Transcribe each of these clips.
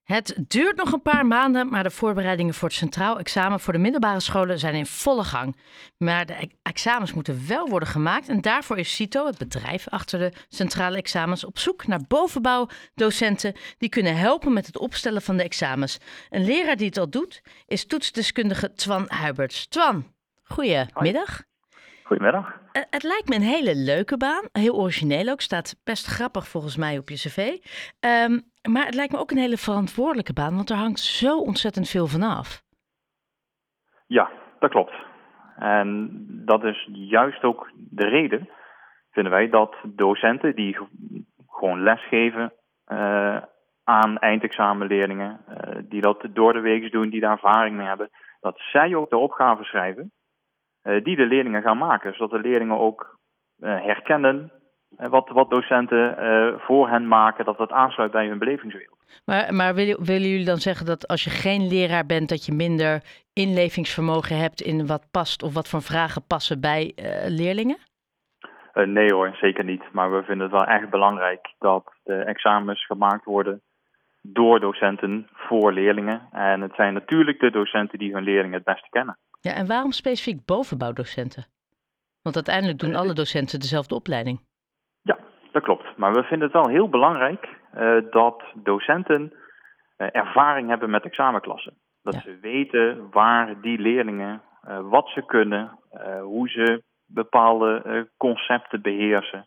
Het duurt nog een paar maanden, maar de voorbereidingen voor het centraal examen voor de middelbare scholen zijn in volle gang. Maar de examens moeten wel worden gemaakt en daarvoor is CITO, het bedrijf achter de centrale examens, op zoek naar bovenbouwdocenten die kunnen helpen met het opstellen van de examens. Een leraar die het al doet is toetsdeskundige Twan Huiberts. Twan, goedemiddag. Goedemiddag. Het lijkt me een hele leuke baan, heel origineel ook, staat best grappig volgens mij op je cv. Maar het lijkt me ook een hele verantwoordelijke baan, want er hangt zo ontzettend veel van af. Ja, dat klopt. En dat is juist ook de reden, vinden wij, dat docenten die gewoon lesgeven aan eindexamenleerlingen, die dat door de week doen, die daar ervaring mee hebben, dat zij ook de opgaven schrijven die de leerlingen gaan maken. Zodat de leerlingen ook herkennen wat docenten voor hen maken, dat dat aansluit bij hun belevingswereld. Maar willen jullie dan zeggen dat als je geen leraar bent, dat je minder inlevingsvermogen hebt in wat past of wat voor vragen passen bij leerlingen? Nee hoor, zeker niet. Maar we vinden het wel echt belangrijk dat de examens gemaakt worden door docenten voor leerlingen. En het zijn natuurlijk de docenten die hun leerlingen het beste kennen. Ja, en waarom specifiek bovenbouwdocenten? Want uiteindelijk doen alle docenten dezelfde opleiding. Ja, dat klopt. Maar we vinden het wel heel belangrijk dat docenten ervaring hebben met examenklassen. Dat ze weten waar die leerlingen, wat ze kunnen, hoe ze bepaalde concepten beheersen.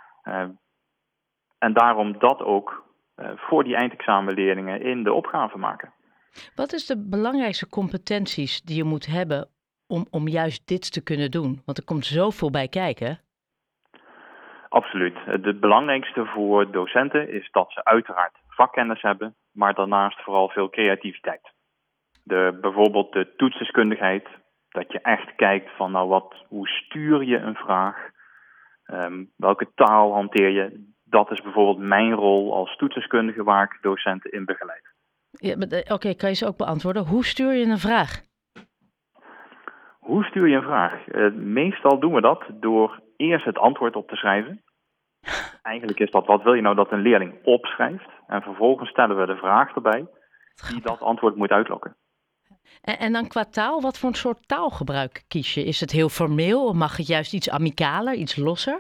En daarom dat ook voor die eindexamenleerlingen in de opgave maken. Wat is de belangrijkste competenties die je moet hebben om juist dit te kunnen doen? Want er komt zoveel bij kijken. Absoluut. Het belangrijkste voor docenten is dat ze uiteraard vakkennis hebben, maar daarnaast vooral veel creativiteit. Bijvoorbeeld de toetsdeskundigheid, dat je echt kijkt van hoe stuur je een vraag, welke taal hanteer je. Dat is bijvoorbeeld mijn rol als toetsdeskundige waar ik docenten in begeleid. Ja, Oké, kan je ze ook beantwoorden? Hoe stuur je een vraag? Hoe stuur je een vraag? Meestal doen we dat door eerst het antwoord op te schrijven. Eigenlijk is dat, wat wil je nou dat een leerling opschrijft? En vervolgens stellen we de vraag erbij die dat antwoord moet uitlokken. En dan qua taal, wat voor een soort taalgebruik kies je? Is het heel formeel of mag het juist iets amicaler, iets losser?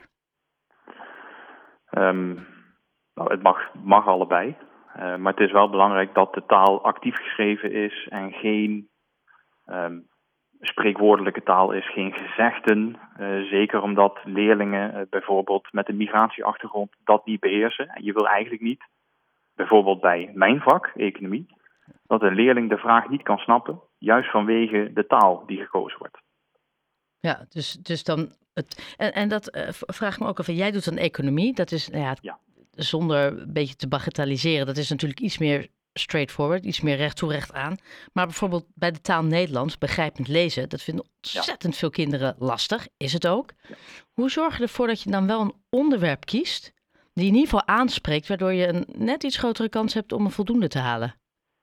Het mag allebei. Maar het is wel belangrijk dat de taal actief geschreven is en geen spreekwoordelijke taal is, geen gezegden. Zeker omdat leerlingen bijvoorbeeld met een migratieachtergrond dat niet beheersen. En je wil eigenlijk niet, bijvoorbeeld bij mijn vak, economie, dat een leerling de vraag niet kan snappen, juist vanwege de taal die gekozen wordt. Ja, dus dan en dat vraag ik me ook af. Jij doet dan economie, dat is zonder een beetje te bagatelliseren, dat is natuurlijk iets meer straightforward, iets meer recht toe recht aan. Maar bijvoorbeeld bij de taal Nederlands, begrijpend lezen, dat vinden ontzettend veel kinderen lastig, is het ook. Ja. Hoe zorg je ervoor dat je dan wel een onderwerp kiest die in ieder geval aanspreekt, waardoor je een net iets grotere kans hebt om een voldoende te halen?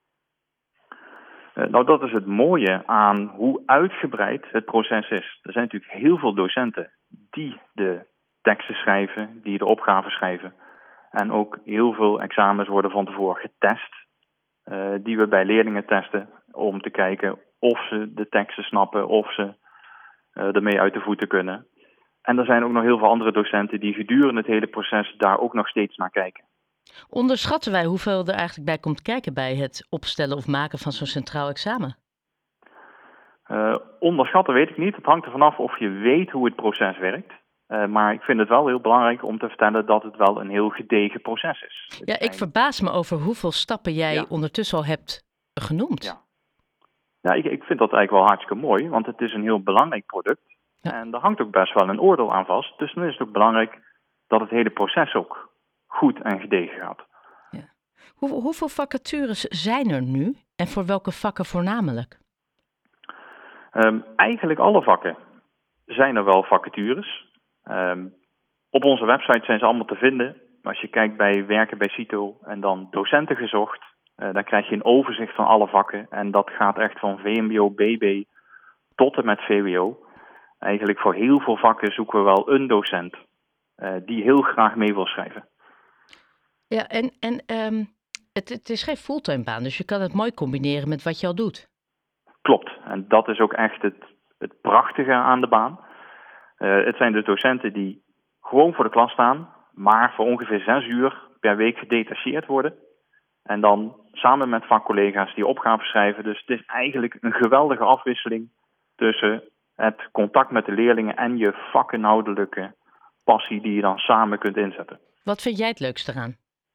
Dat is het mooie aan hoe uitgebreid het proces is. Er zijn natuurlijk heel veel docenten die de teksten schrijven, die de opgaven schrijven. En ook heel veel examens worden van tevoren getest, die we bij leerlingen testen om te kijken of ze de teksten snappen, of ze ermee uit de voeten kunnen. En er zijn ook nog heel veel andere docenten die gedurende het hele proces daar ook nog steeds naar kijken. Onderschatten wij hoeveel er eigenlijk bij komt kijken bij het opstellen of maken van zo'n centraal examen? Onderschatten weet ik niet. Het hangt er vanaf of je weet hoe het proces werkt. Maar ik vind het wel heel belangrijk om te vertellen dat het wel een heel gedegen proces is. Ik verbaas me over hoeveel stappen jij ondertussen al hebt genoemd. Ja, ik vind dat eigenlijk wel hartstikke mooi, want het is een heel belangrijk product. Ja. En daar hangt ook best wel een oordeel aan vast. Dus dan is het ook belangrijk dat het hele proces ook goed en gedegen gaat. Ja. Hoeveel vacatures zijn er nu en voor welke vakken voornamelijk? Eigenlijk alle vakken zijn er wel vacatures. Op onze website zijn ze allemaal te vinden. Als je kijkt bij werken bij CITO en dan docenten gezocht, dan krijg je een overzicht van alle vakken. En dat gaat echt van VMBO, BB tot en met VWO. Eigenlijk voor heel veel vakken zoeken we wel een docent die heel graag mee wil schrijven. Ja, en Het is geen fulltime baan, dus je kan het mooi combineren met wat je al doet. Klopt. En dat is ook echt het prachtige aan de baan. Het zijn dus docenten die gewoon voor de klas staan, maar voor ongeveer 6 uur per week gedetacheerd worden. En dan samen met vakcollega's die opgaven schrijven. Dus het is eigenlijk een geweldige afwisseling tussen het contact met de leerlingen en je vakinhoudelijke passie die je dan samen kunt inzetten. Wat vind jij het leukste eraan?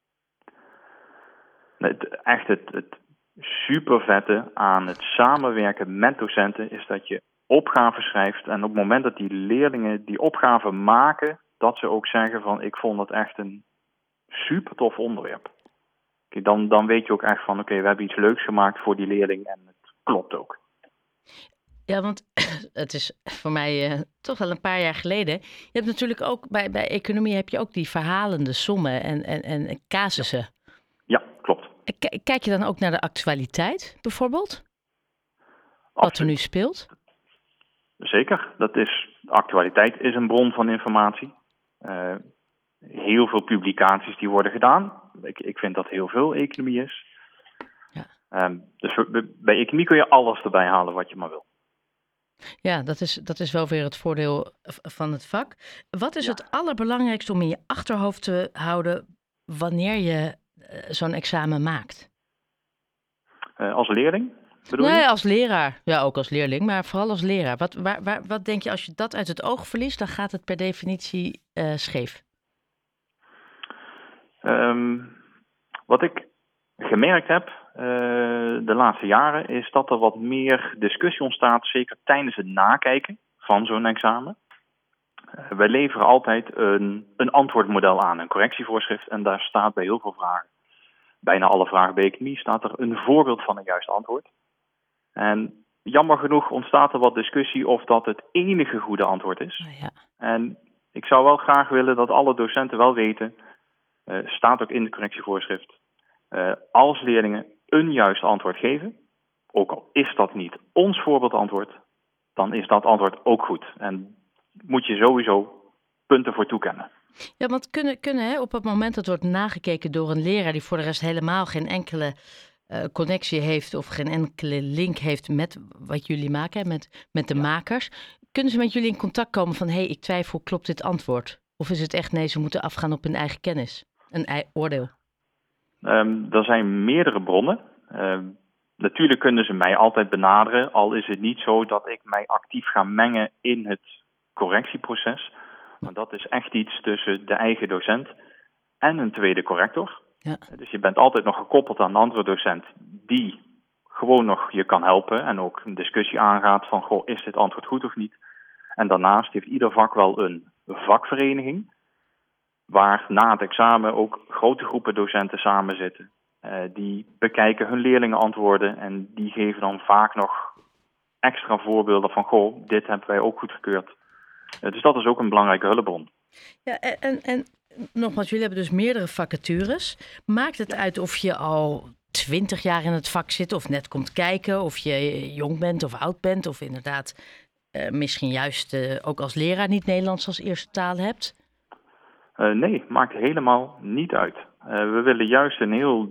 Het super vette aan het samenwerken met docenten is dat je opgaven schrijft. En op het moment dat die leerlingen die opgaven maken, dat ze ook zeggen van ik vond dat echt een super tof onderwerp. Dan weet je ook echt van oké, we hebben iets leuks gemaakt voor die leerling en het klopt ook. Ja, want het is voor mij toch wel een paar jaar geleden. Je hebt natuurlijk ook bij economie heb je ook die verhalende sommen en casussen. Ja, klopt. Kijk je dan ook naar de actualiteit bijvoorbeeld? Wat er nu speelt? Zeker. Actualiteit is een bron van informatie. Heel veel publicaties die worden gedaan. Ik vind dat heel veel economie is. Ja. Dus bij economie kun je alles erbij halen wat je maar wil. Ja, dat is wel weer het voordeel van het vak. Wat is het allerbelangrijkste om in je achterhoofd te houden wanneer je zo'n examen maakt? Als leerling? Bedoel Nee, je? als leraar. Ja, ook als leerling, maar vooral als leraar. Wat denk je, als je dat uit het oog verliest, dan gaat het per definitie scheef? Wat ik gemerkt heb de laatste jaren is dat er wat meer discussie ontstaat, zeker tijdens het nakijken van zo'n examen. Wij leveren altijd een antwoordmodel aan, een correctievoorschrift, en daar staat bij heel veel vragen, bijna alle vragen bij economie, staat er een voorbeeld van een juist antwoord. En jammer genoeg ontstaat er wat discussie of dat het enige goede antwoord is. Oh, ja. En ik zou wel graag willen dat alle docenten wel weten, staat ook in de correctievoorschrift, als leerlingen een juist antwoord geven, ook al is dat niet ons voorbeeldantwoord, dan is dat antwoord ook goed. En moet je sowieso punten voor toekennen. Ja, want kunnen op het moment dat wordt nagekeken door een leraar die voor de rest helemaal geen enkele connectie heeft of geen enkele link heeft met wat jullie maken, met de makers, kunnen ze met jullie in contact komen van ik twijfel, klopt dit antwoord? Of is het echt nee, ze moeten afgaan op hun eigen kennis, een oordeel? Er zijn meerdere bronnen. Natuurlijk kunnen ze mij altijd benaderen, al is het niet zo dat ik mij actief ga mengen in het correctieproces. Maar dat is echt iets tussen de eigen docent en een tweede corrector. Ja. Dus je bent altijd nog gekoppeld aan een andere docent die gewoon nog je kan helpen en ook een discussie aangaat van is dit antwoord goed of niet. En daarnaast heeft ieder vak wel een vakvereniging waar na het examen ook grote groepen docenten samen zitten. Die bekijken hun leerlingen antwoorden en die geven dan vaak nog extra voorbeelden van dit hebben wij ook goedgekeurd. Dus dat is ook een belangrijke hulpbron. Ja, en nogmaals, jullie hebben dus meerdere vacatures. Maakt het uit of je al 20 jaar in het vak zit of net komt kijken, of je jong bent of oud bent, of inderdaad misschien juist ook als leraar niet Nederlands als eerste taal hebt? Nee, maakt helemaal niet uit. We willen juist een heel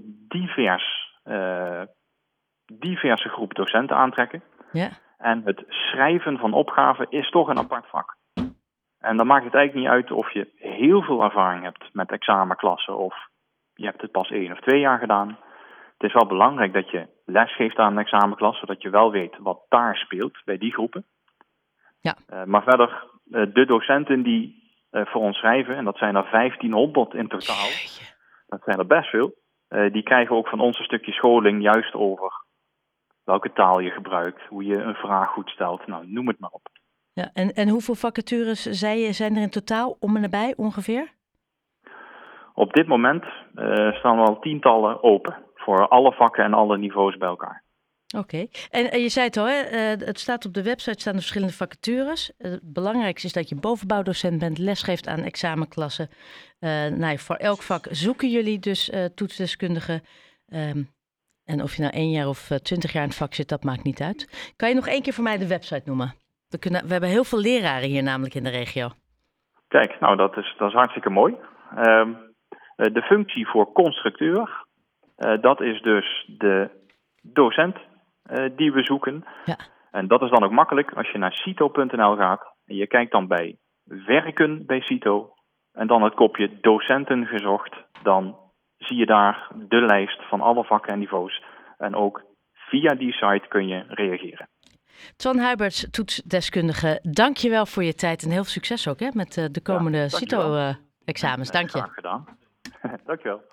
diverse groep docenten aantrekken. Ja. En het schrijven van opgaven is toch een apart vak. En dan maakt het eigenlijk niet uit of je heel veel ervaring hebt met examenklassen of je hebt het pas 1 of 2 jaar gedaan. Het is wel belangrijk dat je les geeft aan een examenklas, zodat je wel weet wat daar speelt bij die groepen. Ja. Maar verder, de docenten die voor ons schrijven, en dat zijn er 1500 in totaal, dat zijn er best veel, die krijgen ook van ons een stukje scholing juist over welke taal je gebruikt, hoe je een vraag goed stelt, nou noem het maar op. Ja, en hoeveel vacatures zijn er in totaal om en nabij ongeveer? Op dit moment staan er al tientallen open voor alle vakken en alle niveaus bij elkaar. Oké. En je zei het al, het staat op de website, staan er verschillende vacatures. Het belangrijkste is dat je bovenbouwdocent bent, lesgeeft aan examenklassen. Voor elk vak zoeken jullie dus toetsdeskundigen. En of je nou 1 jaar of 20 jaar in het vak zit, dat maakt niet uit. Kan je nog 1 keer voor mij de website noemen? We hebben heel veel leraren hier namelijk in de regio. Kijk, nou dat is hartstikke mooi. De functie voor constructeur Dat is dus de docent die we zoeken. Ja. En dat is dan ook makkelijk als je naar cito.nl gaat. En je kijkt dan bij werken bij Cito. En dan het kopje docenten gezocht. Dan zie je daar de lijst van alle vakken en niveaus. En ook via die site kun je reageren. Twan Huiberts, toetsdeskundige, dank je wel voor je tijd en heel veel succes ook met de komende CITO-examens. Dank je. Graag gedaan. Dank je wel.